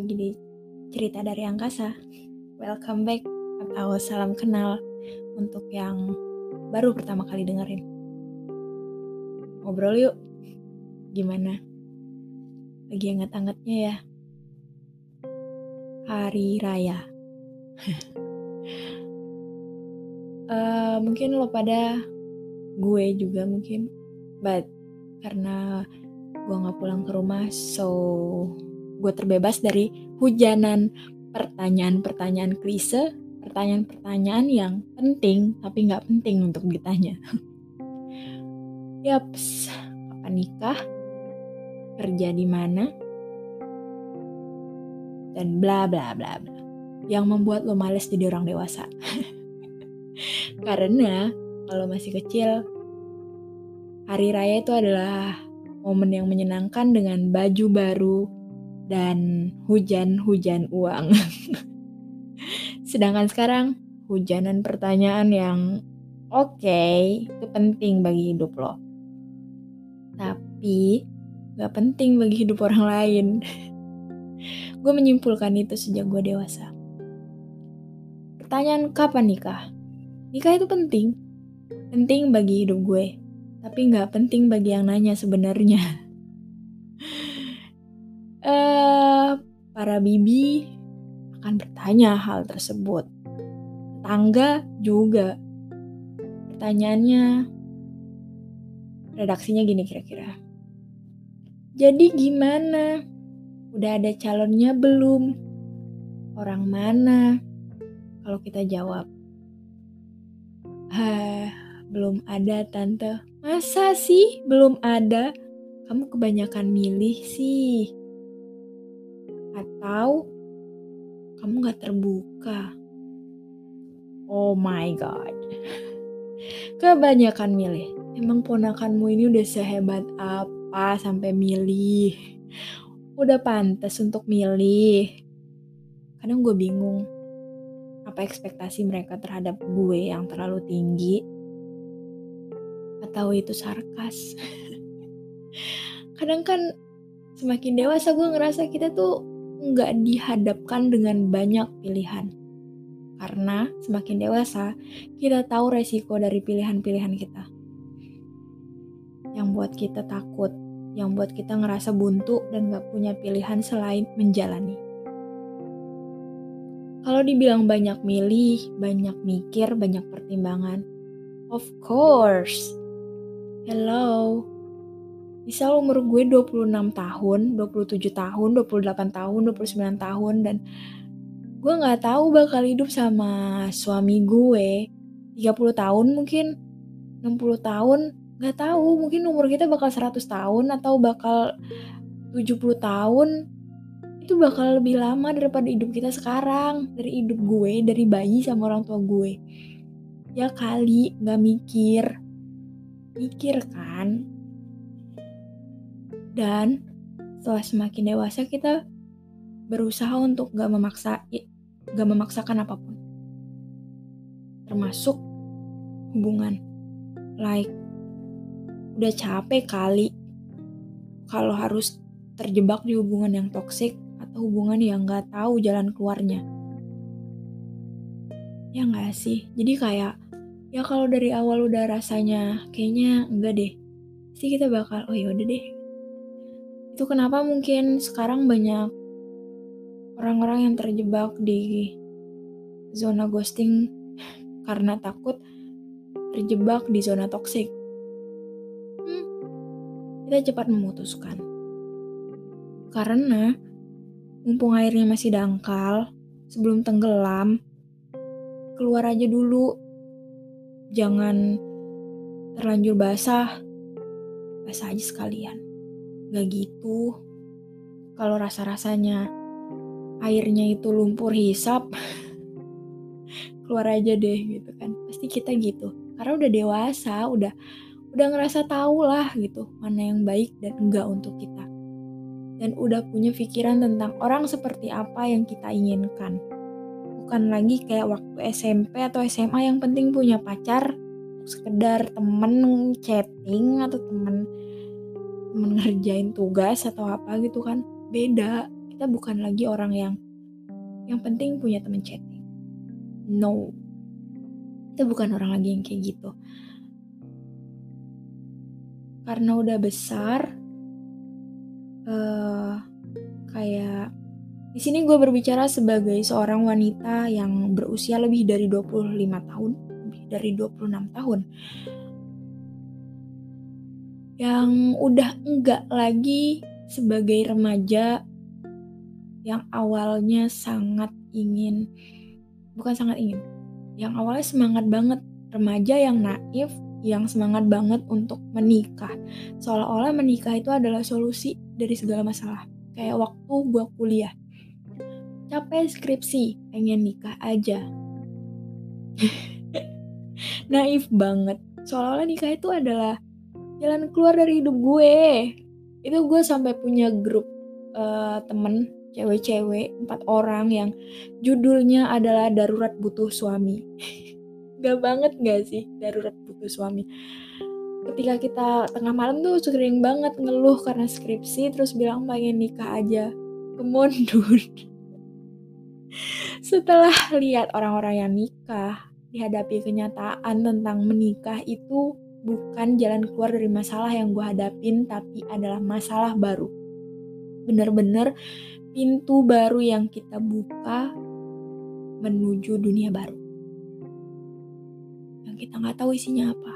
lagi di Cerita dari Angkasa. Welcome back atau salam kenal untuk yang baru pertama kali dengerin. Ngobrol yuk, gimana? Lagi anget-angetnya ya? Hari Raya. Mungkin lo pada, gue juga mungkin, but karena gue gak pulang ke rumah, so gue terbebas dari hujanan pertanyaan-pertanyaan klise, pertanyaan-pertanyaan yang penting tapi gak penting untuk ditanya. Yaps, kapan nikah, kerja di mana, dan bla bla bla bla, yang membuat lo males jadi orang dewasa. Karena kalau masih kecil, hari raya itu adalah momen yang menyenangkan dengan baju baru dan hujan-hujan uang. Sedangkan sekarang, hujanan pertanyaan yang oke, itu penting bagi hidup lo. Tapi gak penting bagi hidup orang lain. Gue menyimpulkan itu sejak gue dewasa. Pertanyaan kapan nikah? Nikah itu penting. Penting bagi hidup gue. Tapi gak penting bagi yang nanya sebenarnya. Para bibi akan bertanya hal tersebut. Tetangga juga. Pertanyaannya, redaksinya gini kira-kira. Jadi gimana? Udah ada calonnya belum? Orang mana? Kalau kita jawab, belum ada tante. Masa sih belum ada? Kamu kebanyakan milih sih. Atau kamu gak terbuka? Oh my god. Kebanyakan milih. Emang ponakanmu ini udah sehebat apa sampai milih? Udah pantas untuk milih. Kadang gue bingung. Apa ekspektasi mereka terhadap gue yang terlalu tinggi? Atau itu sarkas? Kadang kan semakin dewasa gue ngerasa kita tuh gak dihadapkan dengan banyak pilihan. Karena semakin dewasa, kita tahu resiko dari pilihan-pilihan kita. Yang buat kita takut, yang buat kita ngerasa buntu dan gak punya pilihan selain menjalani. Kalau dibilang banyak milih, banyak mikir, banyak pertimbangan, of course. Hello. Misal umur gue 26 tahun, 27 tahun, 28 tahun, 29 tahun, dan gue gak tahu bakal hidup sama suami gue 30 tahun mungkin, 60 tahun, gak tahu, mungkin umur kita bakal 100 tahun atau bakal 70 tahun. Itu bakal lebih lama daripada hidup kita sekarang, dari hidup gue, dari bayi sama orang tua gue. Ya kali, gak mikir kan. Dan setelah semakin dewasa kita berusaha untuk gak memaksakan apapun. Termasuk hubungan. Like, udah capek kali kalau harus terjebak di hubungan yang toksik atau hubungan yang gak tahu jalan keluarnya. Ya gak sih? Jadi kayak, ya kalau dari awal udah rasanya kayaknya enggak deh, pasti kita bakal, oh yaudah deh. Itu kenapa mungkin sekarang banyak orang-orang yang terjebak di zona ghosting karena takut terjebak di zona toksik. Kita cepat memutuskan. Karena mumpung airnya masih dangkal, sebelum tenggelam, keluar aja dulu. Jangan terlanjur basah aja sekalian. Gak gitu. Kalau rasa-rasanya airnya itu lumpur hisap, keluar aja deh gitu kan. Pasti kita gitu. Karena udah dewasa, udah ngerasa tahu lah gitu mana yang baik dan enggak untuk kita. Dan udah punya pikiran tentang orang seperti apa yang kita inginkan. Bukan lagi kayak waktu SMP atau SMA yang penting punya pacar, sekedar temen chatting atau temen ngerjain tugas atau apa gitu kan. Beda. kita bukan lagi orang yang penting punya teman chatting. No, kita bukan orang lagi yang kayak gitu. Karena udah besar, kayak di sini gue berbicara sebagai seorang wanita yang berusia lebih dari 25 tahun, lebih dari 26 tahun. Yang udah enggak lagi sebagai remaja yang awalnya yang awalnya semangat banget, remaja yang naif, yang semangat banget untuk menikah. Seolah-olah menikah itu adalah solusi dari segala masalah. Kayak waktu gue kuliah, capek skripsi, pengen nikah aja. Naif banget, seolah-olah nikah itu adalah jalan keluar dari hidup gue. Itu gue sampai punya grup temen cewek-cewek 4 orang yang judulnya adalah darurat butuh suami. Gak banget gak sih darurat butuh suami? Ketika kita tengah malam tuh sering banget ngeluh karena skripsi, terus bilang pengen nikah aja. Kemundur. Setelah lihat orang-orang yang nikah, dihadapi kenyataan tentang menikah itu bukan jalan keluar dari masalah yang gue hadapin, tapi adalah masalah baru. Bener-bener pintu baru yang kita buka menuju dunia baru. Yang kita gak tahu isinya apa.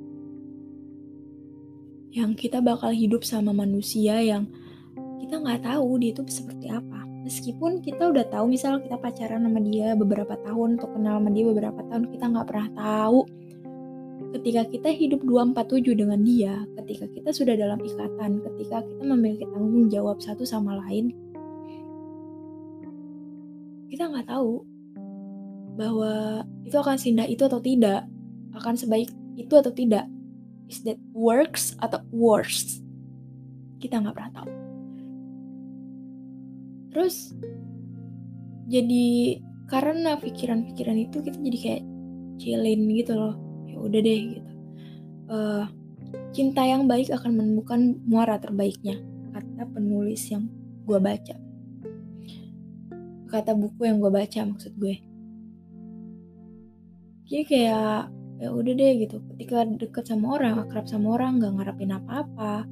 Yang kita bakal hidup sama manusia yang kita gak tahu dia itu seperti apa. Meskipun kita udah tahu, misal kita pacaran sama dia beberapa tahun, atau kenal sama dia beberapa tahun, kita gak pernah tahu ketika kita hidup 247 dengan dia, ketika kita sudah dalam ikatan, ketika kita memiliki tanggung jawab satu sama lain, kita gak tahu bahwa itu akan seindah itu atau tidak, akan sebaik itu atau tidak, is that works atau worse, kita gak pernah tahu. Terus jadi karena pikiran-pikiran itu kita jadi kayak chillin gitu loh, ya udah deh gitu. Cinta yang baik akan menemukan muara terbaiknya, kata penulis yang gue baca, kata buku yang gue baca maksud gue. Jadi kayak ya udah deh gitu, ketika deket sama orang, akrab sama orang, nggak ngarepin apa-apa.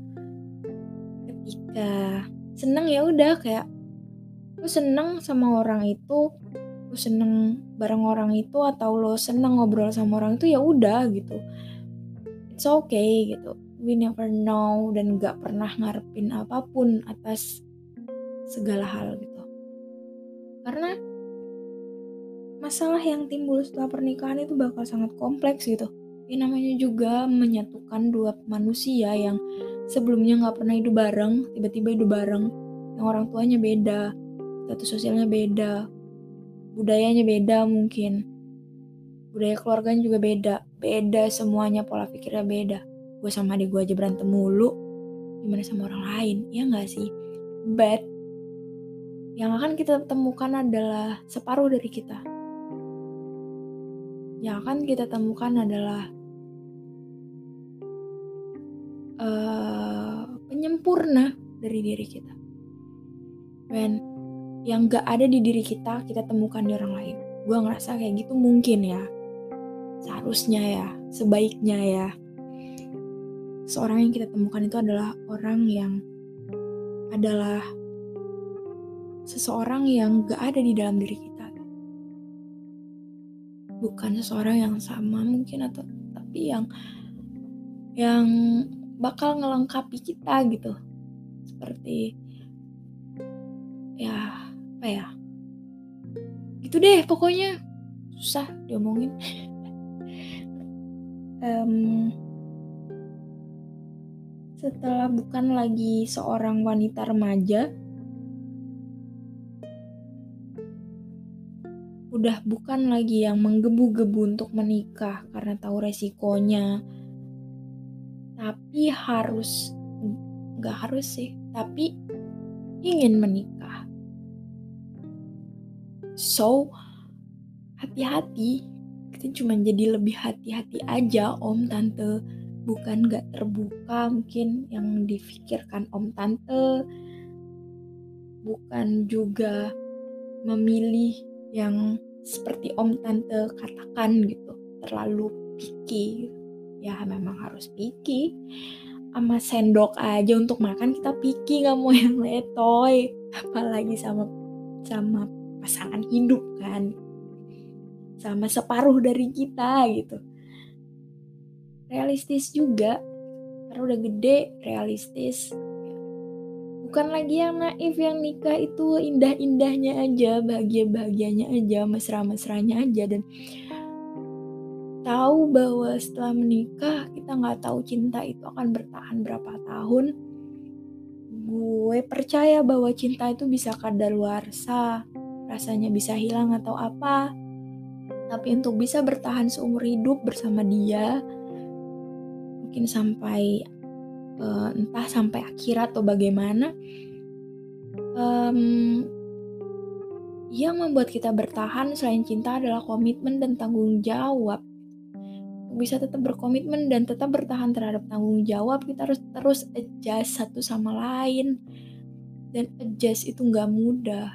Ketika seneng ya udah, kayak lu seneng sama orang itu, lu seneng bareng orang itu, atau lu seneng ngobrol sama orang itu, ya udah gitu, it's okay gitu. We never know, dan nggak pernah ngarepin apapun atas segala hal gitu. Karena masalah yang timbul setelah pernikahan itu bakal sangat kompleks gitu. Ini namanya juga menyatukan dua manusia yang sebelumnya gak pernah hidup bareng, tiba-tiba hidup bareng. Yang orang tuanya beda, status sosialnya beda, budayanya beda mungkin. Budaya keluarganya juga beda semuanya, pola pikirnya beda. Gue sama adik gue aja berantem mulu, gimana sama orang lain, ya gak sih? But yang akan kita temukan adalah separuh dari kita. Yang akan kita temukan adalah penyempurna dari diri kita. Dan yang gak ada di diri kita, kita temukan di orang lain. Gue ngerasa kayak gitu mungkin ya. Seharusnya ya, sebaiknya ya. Seorang yang kita temukan itu adalah orang yang adalah seseorang yang gak ada di dalam diri kita. Bukan seseorang yang sama mungkin, atau tapi yang bakal ngelengkapi kita gitu. Seperti ya apa ya, gitu deh pokoknya, susah diomongin. Setelah bukan lagi seorang wanita remaja, udah bukan lagi yang menggebu-gebu untuk menikah karena tahu resikonya, tapi tapi ingin menikah. So, hati-hati, kita cuma jadi lebih hati-hati aja om tante, bukan gak terbuka mungkin yang difikirkan om tante. bukan juga memilih yang seperti om tante katakan gitu, terlalu picky. Ya memang harus picky, sama sendok aja untuk makan kita picky, nggak mau yang letoy, apalagi sama pasangan hidup kan, sama separuh dari kita gitu. Realistis juga, karena udah gede, realistis. Bukan lagi yang naif, yang nikah itu indah-indahnya aja, bahagia-bahagianya aja, mesra-mesranya aja, dan tahu bahwa setelah menikah kita nggak tahu cinta itu akan bertahan berapa tahun. Gue percaya bahwa cinta itu bisa kadaluarsa, rasanya bisa hilang atau apa, tapi untuk bisa bertahan seumur hidup bersama dia, mungkin sampai entah sampai akhirat atau bagaimana, yang membuat kita bertahan selain cinta adalah komitmen dan tanggung jawab. Bisa tetap berkomitmen dan tetap bertahan terhadap tanggung jawab, kita harus terus adjust satu sama lain, dan adjust itu nggak mudah.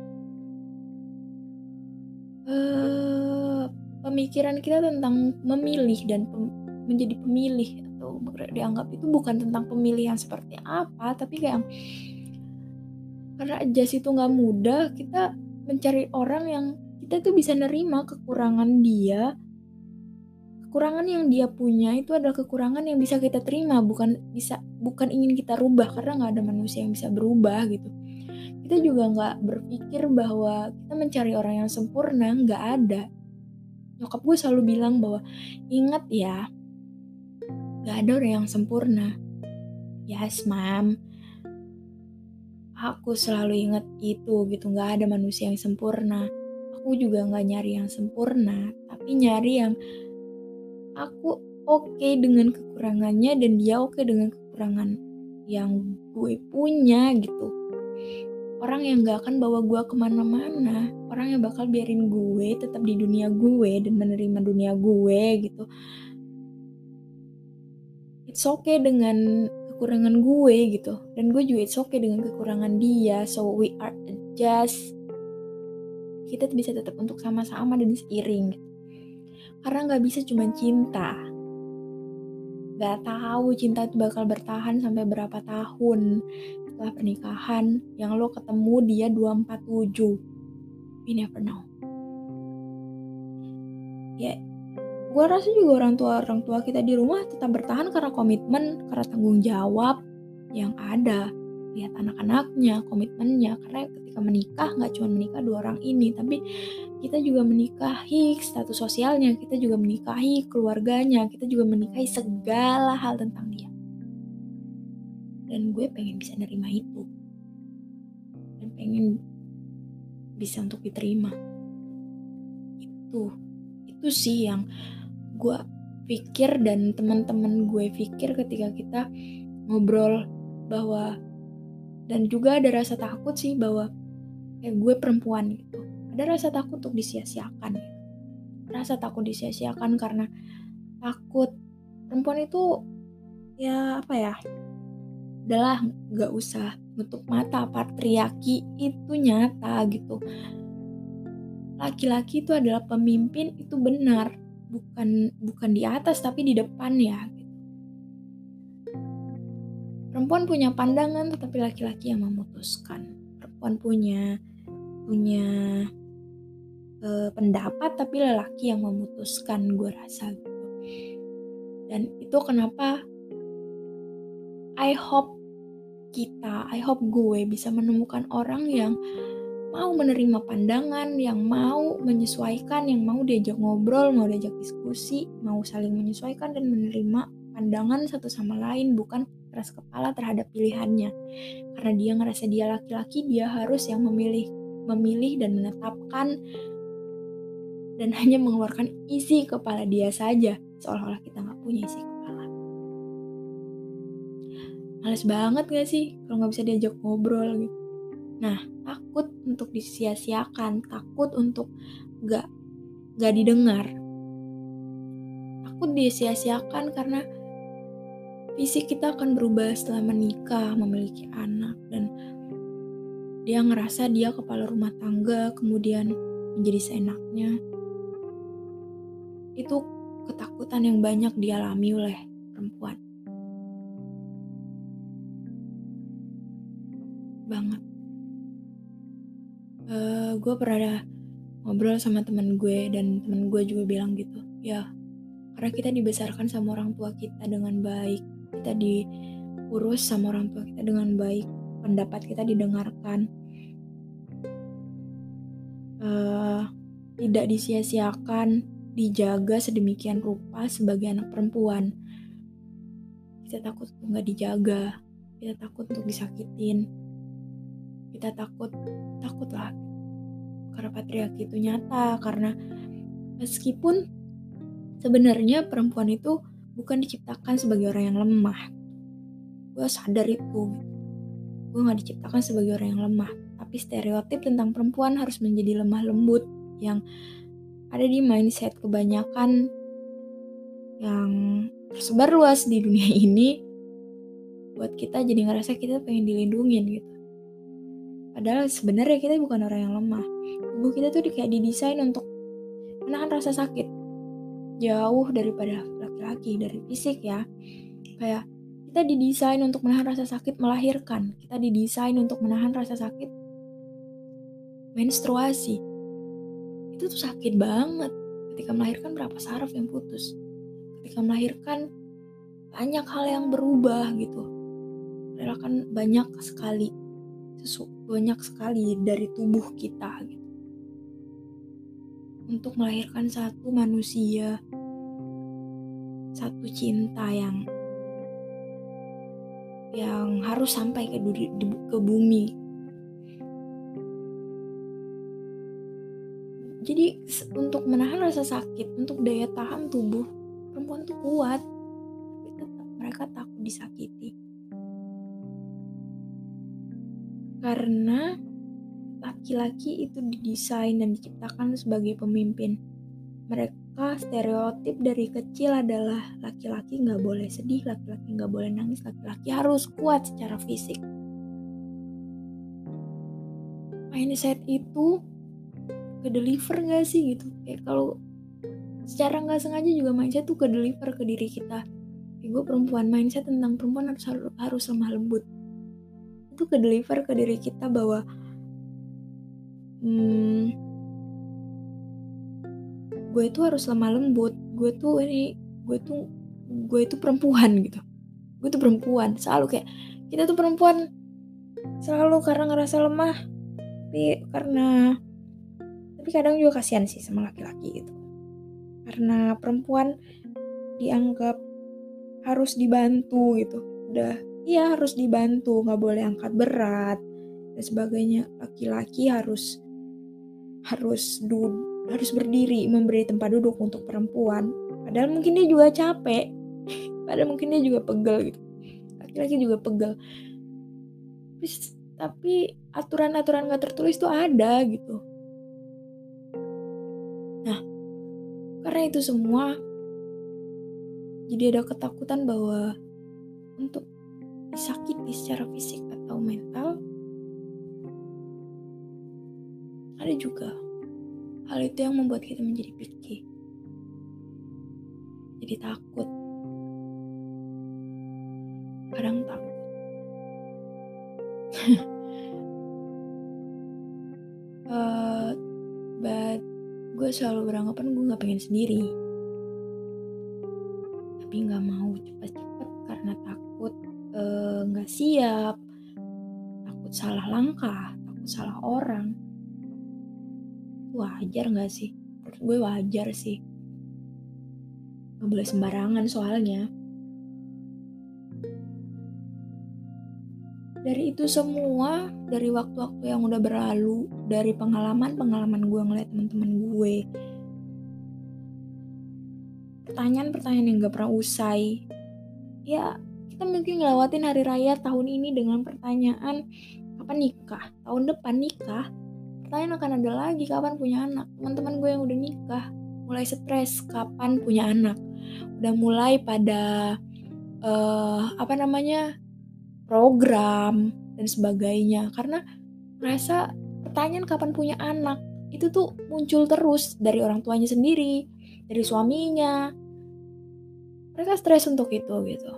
Pemikiran kita tentang memilih dan menjadi pemilih atau dianggap itu bukan tentang pemilihan seperti apa, tapi kayak karena adjust itu nggak mudah, kita mencari orang yang kita tuh bisa nerima kekurangan dia. Kekurangan yang dia punya itu adalah kekurangan yang bisa kita terima, bukan ingin kita rubah, karena nggak ada manusia yang bisa berubah gitu. Kita juga nggak berpikir bahwa kita mencari orang yang sempurna, nggak ada. Nyokap gue selalu bilang bahwa ingat ya, nggak ada orang yang sempurna. Yes, Mam. Aku selalu ingat itu gitu, nggak ada manusia yang sempurna. Aku juga nggak nyari yang sempurna, tapi nyari yang aku oke dengan kekurangannya dan dia oke dengan kekurangan yang gue punya gitu. Orang yang gak akan bawa gue kemana-mana, orang yang bakal biarin gue tetap di dunia gue dan menerima dunia gue gitu. It's okay dengan kekurangan gue gitu, dan gue juga it's okay dengan kekurangan dia. So we are adjust, kita bisa tetap untuk sama-sama dan seiring gitu. Karena gak bisa cuma cinta. Gak tahu cinta itu bakal bertahan sampai berapa tahun setelah pernikahan, yang lo ketemu dia 247. We never know. Ya, gue rasa juga orang tua kita di rumah tetap bertahan karena komitmen, karena tanggung jawab yang ada. Lihat anak-anaknya, komitmennya. Karena ketika menikah, gak cuma menikah dua orang ini, tapi kita juga menikahi status sosialnya, kita juga menikahi keluarganya, kita juga menikahi segala hal tentang dia. Dan gue pengen bisa nerima itu. Dan pengen bisa untuk diterima. Itu sih yang gue pikir dan teman-teman gue pikir ketika kita ngobrol bahwa, dan juga ada rasa takut sih bahwa gue perempuan gitu, ada rasa takut untuk disia-siakan gitu. Rasa takut disia-siakan karena takut perempuan itu ya apa ya, udahlah gak usah nutup mata, patriarki itu nyata gitu. Laki-laki itu adalah pemimpin, itu benar, bukan di atas tapi di depan ya gitu. Perempuan punya pandangan tetapi laki-laki yang memutuskan. Perempuan punya pendapat tapi lelaki yang memutuskan, gue rasa gitu. Dan itu kenapa I hope gue bisa menemukan orang yang mau menerima pandangan, yang mau menyesuaikan, yang mau diajak ngobrol, mau diajak diskusi, mau saling menyesuaikan dan menerima pandangan satu sama lain, bukan keras kepala terhadap pilihannya. Karena dia ngerasa dia laki-laki, dia harus yang memilih dan menetapkan dan hanya mengeluarkan isi kepala dia saja, seolah-olah kita gak punya isi kepala. Males banget gak sih kalau gak bisa diajak ngobrol gitu. Nah, takut untuk disia-siakan, takut untuk gak didengar, takut disia-siakan karena fisik kita akan berubah setelah menikah, memiliki anak, dan dia ngerasa dia kepala rumah tangga, kemudian menjadi seenaknya. Itu ketakutan yang banyak dialami oleh perempuan. Banget. Gue pernah ngobrol sama temen gue, dan temen gue juga bilang gitu, ya karena kita dibesarkan sama orang tua kita dengan baik, kita diurus sama orang tua kita dengan baik, pendapat kita didengarkan, tidak disia-siakan, dijaga sedemikian rupa sebagai anak perempuan. Kita takut untuk gak dijaga, kita takut untuk disakitin, kita takut lah. Karena patriarki itu nyata, karena meskipun sebenarnya perempuan itu bukan diciptakan sebagai orang yang lemah. Gue sadar itu. Gue gak diciptakan sebagai orang yang lemah. Tapi stereotip tentang perempuan harus menjadi lemah lembut yang ada di mindset kebanyakan yang tersebar luas di dunia ini, buat kita jadi ngerasa kita pengen dilindungin gitu. Padahal sebenarnya kita bukan orang yang lemah. Tubuh kita tuh kayak didesain untuk menahan rasa sakit. Jauh daripada laki-laki, dari fisik ya. Kayak kita didesain untuk menahan rasa sakit melahirkan. Kita didesain untuk menahan rasa sakit menstruasi. Itu tuh sakit banget. Ketika melahirkan berapa saraf yang putus. Ketika melahirkan banyak hal yang berubah gitu. Relakan banyak sekali dari tubuh kita gitu. Untuk melahirkan satu manusia, satu cinta yang harus sampai ke bumi. Jadi untuk menahan rasa sakit, untuk daya tahan tubuh perempuan tuh kuat, tapi tetap mereka takut disakiti. Karena laki-laki itu didesain dan diciptakan sebagai pemimpin. Mereka stereotip dari kecil adalah laki-laki gak boleh sedih, laki-laki gak boleh nangis, laki-laki harus kuat secara fisik. Mindset itu ke-deliver gak sih gitu? Kayak kalau secara gak sengaja juga mindset tuh ke-deliver ke diri kita. Kayak gue perempuan, mindset tentang perempuan harus lemah lembut. Itu ke-deliver ke diri kita bahwa gue itu harus lemah lembut, gue itu perempuan gitu. Gue tuh perempuan, selalu kayak kita tuh perempuan selalu karena ngerasa lemah, tapi kadang juga kasihan sih sama laki-laki gitu. Karena perempuan dianggap harus dibantu gitu. Iya harus dibantu, nggak boleh angkat berat dan sebagainya. Laki-laki harus berdiri, memberi tempat duduk untuk perempuan. Padahal mungkin dia juga capek. Padahal mungkin dia juga pegel gitu. Laki-laki juga pegel. Tapi aturan-aturan gak tertulis tuh ada gitu. Nah, karena itu semua, jadi ada ketakutan bahwa untuk disakiti secara fisik atau mental, ada juga hal itu yang membuat kita menjadi picky. Jadi takut. Kadang takut. But gue selalu beranggapan gue gak pengen sendiri. Tapi gak mau cepet-cepet karena takut gak siap, takut salah langkah, takut salah orang. Wajar gak sih? Menurut gue wajar sih. Gak boleh sembarangan soalnya. Dari itu semua, dari waktu-waktu yang udah berlalu, dari pengalaman gue ngeliat teman-teman gue, pertanyaan-pertanyaan yang gak pernah usai. Ya, kita mungkin ngelewatin hari raya tahun ini dengan pertanyaan kapan nikah, tahun depan nikah. Pertanyaan akan ada lagi, kapan punya anak. Teman-teman gue yang udah nikah mulai stres kapan punya anak, udah mulai pada program dan sebagainya. Karena ngerasa pertanyaan kapan punya anak itu tuh muncul terus dari orang tuanya sendiri, dari suaminya. Mereka stres untuk itu gitu.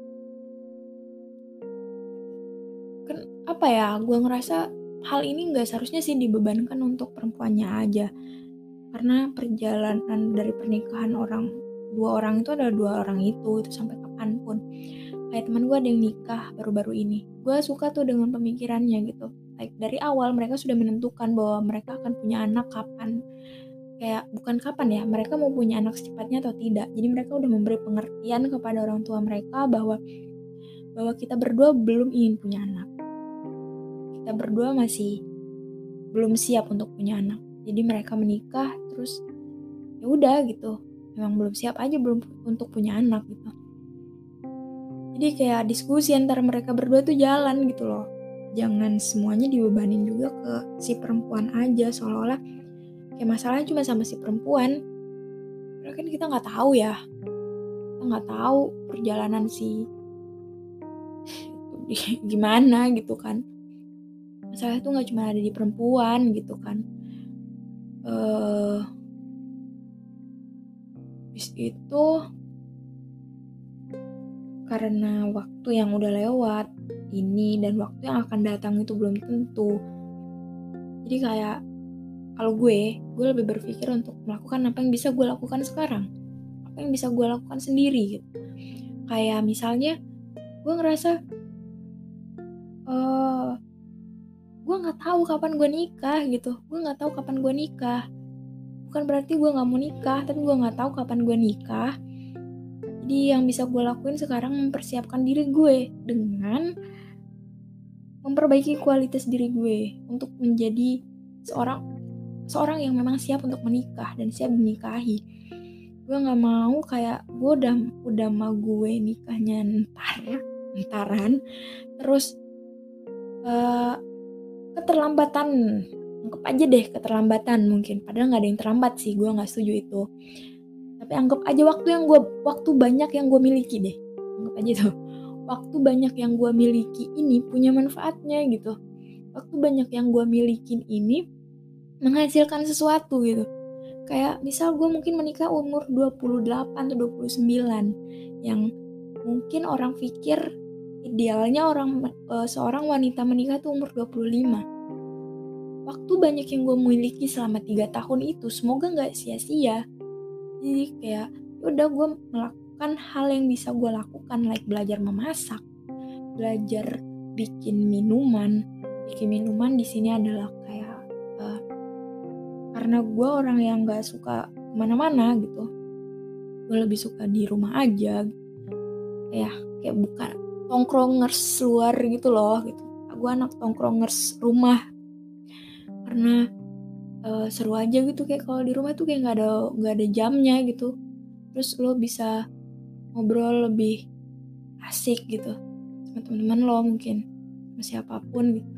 Apa ya, gue ngerasa hal ini nggak seharusnya sih dibebankan untuk perempuannya aja. Karena perjalanan dari pernikahan dua orang itu adalah dua orang itu sampai kapanpun. Kayak teman gue ada yang nikah baru-baru ini. Gue suka tuh dengan pemikirannya gitu. Like dari awal mereka sudah menentukan bahwa mereka akan punya anak kapan. Kayak bukan kapan ya, mereka mau punya anak secepatnya atau tidak. Jadi mereka udah memberi pengertian kepada orang tua mereka bahwa kita berdua belum ingin punya anak. Kita berdua masih belum siap untuk punya anak. Jadi mereka menikah terus ya udah gitu. Memang belum siap aja belum untuk punya anak gitu. Jadi kayak diskusi antara mereka berdua tuh jalan gitu loh. Jangan semuanya dibebanin juga ke si perempuan aja, seolah-olah kayak masalahnya cuma sama si perempuan. Karena kan kita nggak tahu ya. Kita nggak tahu perjalanan si gimana gitu kan. Masalah itu nggak cuma ada di perempuan gitu kan. Habis itu karena waktu yang udah lewat ini dan waktu yang akan datang itu belum tentu. Jadi kayak kalau gue lebih berpikir untuk melakukan apa yang bisa gue lakukan sekarang, apa yang bisa gue lakukan sendiri gitu. Kayak misalnya gue ngerasa gue nggak tahu kapan gue nikah gitu. Gue nggak tahu kapan gue nikah. Bukan berarti gue nggak mau nikah, tapi gue nggak tahu kapan gue nikah. Jadi yang bisa gue lakuin sekarang mempersiapkan diri gue dengan memperbaiki kualitas diri gue untuk menjadi seorang yang memang siap untuk menikah dan siap dinikahi. Gue nggak mau kayak gue udah mau gue nikahnya entaran terus keterlambatan, anggap aja deh keterlambatan mungkin, padahal nggak ada yang terlambat sih, gue nggak setuju itu. Tapi anggap aja waktu banyak yang gue miliki deh, anggap aja tuh waktu banyak yang gue miliki ini punya manfaatnya gitu. Waktu banyak yang gue milikin ini menghasilkan sesuatu gitu. Kayak misal gue mungkin menikah umur 28 atau 29 yang mungkin orang pikir idealnya seorang wanita menikah tuh umur 25. Waktu banyak yang gue miliki selama 3 tahun itu semoga gak sia-sia. Jadi kayak udah gue melakukan hal yang bisa gue lakukan, like belajar memasak, belajar bikin minuman di sini adalah kayak karena gue orang yang gak suka kemana-mana gitu, gue lebih suka di rumah aja kayak bukan tongkrongers luar gitu loh gitu. Gue anak tongkrongers rumah karena seru aja gitu, kayak kalau di rumah tuh kayak nggak ada jamnya gitu, terus lo bisa ngobrol lebih asik gitu sama teman-teman lo mungkin sama siapapun gitu.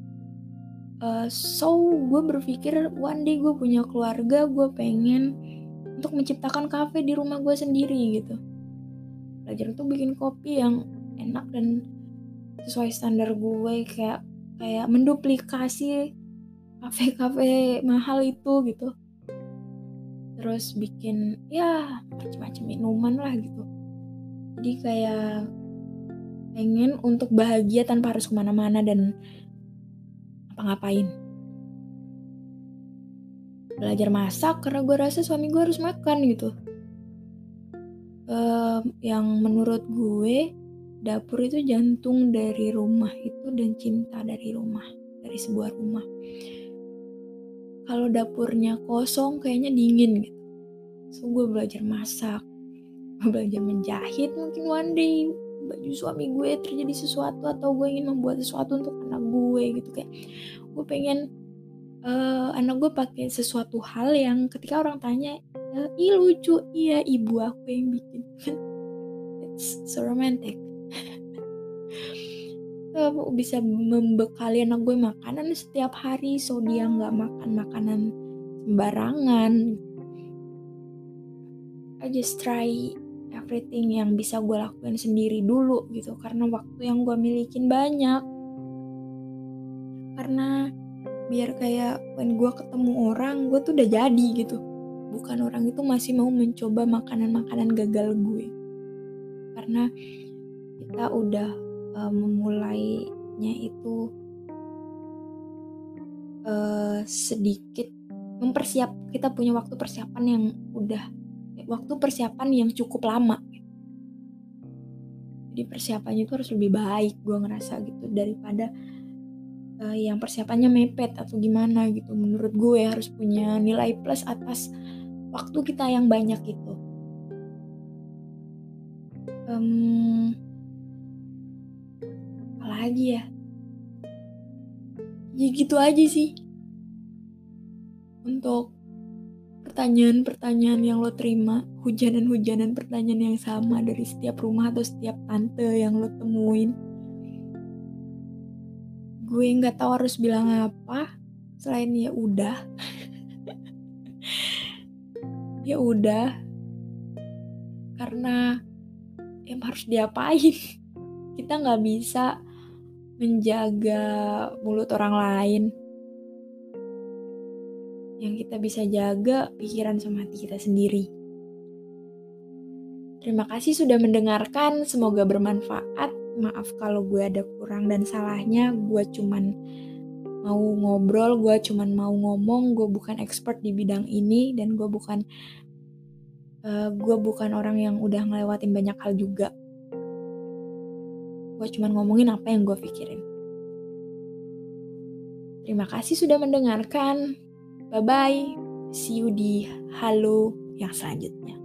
So gue berpikir one day gue punya keluarga, gue pengen untuk menciptakan kafe di rumah gue sendiri gitu. Belajar tuh bikin kopi yang enak dan sesuai standar gue, kayak menduplikasi kafe-kafe mahal itu gitu. Terus bikin ya macam-macam minuman lah gitu. Jadi kayak pengen untuk bahagia tanpa harus kemana-mana dan apa-ngapain. Belajar masak karena gue rasa suami gue harus makan gitu. Yang menurut gue dapur itu jantung dari rumah itu dan cinta dari rumah, dari sebuah rumah. Kalau dapurnya kosong kayaknya dingin gitu. So gue belajar masak, gue belajar menjahit, mungkin one day baju suami gue terjadi sesuatu atau gue ingin membuat sesuatu untuk anak gue gitu. Kayak gue pengen anak gue pakai sesuatu hal yang ketika orang tanya, ih lucu, iya ibu aku yang bikin. It's so romantic. Bisa membekali anak gue makanan setiap hari, so dia nggak makan makanan sembarangan. I just try everything yang bisa gue lakuin sendiri dulu gitu, karena waktu yang gue milikin banyak. karena biar kayak when gue ketemu orang, gue tuh udah jadi gitu. Bukan orang itu masih mau mencoba makanan-makanan gagal gue. Karena kita udah memulainya itu sedikit kita punya waktu persiapan yang cukup lama. Jadi persiapannya itu harus lebih baik, gue ngerasa gitu, daripada yang persiapannya mepet atau gimana gitu. Menurut gue harus punya nilai plus atas waktu kita yang banyak itu. Apalagi ya? Ya gitu aja sih. Untuk pertanyaan-pertanyaan yang lo terima, hujanan-hujanan pertanyaan yang sama dari setiap rumah atau setiap tante yang lo temuin. Gue nggak tahu harus bilang apa selain ya udah. Ya udah. Karena harus diapain? Kita nggak bisa menjaga mulut orang lain. Yang kita bisa jaga pikiran sama hati kita sendiri. Terima kasih sudah mendengarkan, semoga bermanfaat. Maaf kalau gue ada kurang dan salahnya, gue cuman mau ngobrol, gue cuman mau ngomong, gue bukan expert di bidang ini, dan gue bukan orang yang udah ngelewatin banyak hal juga. Gue cuman ngomongin apa yang gue pikirin. Terima kasih sudah mendengarkan. Bye-bye. See you di Halo yang selanjutnya.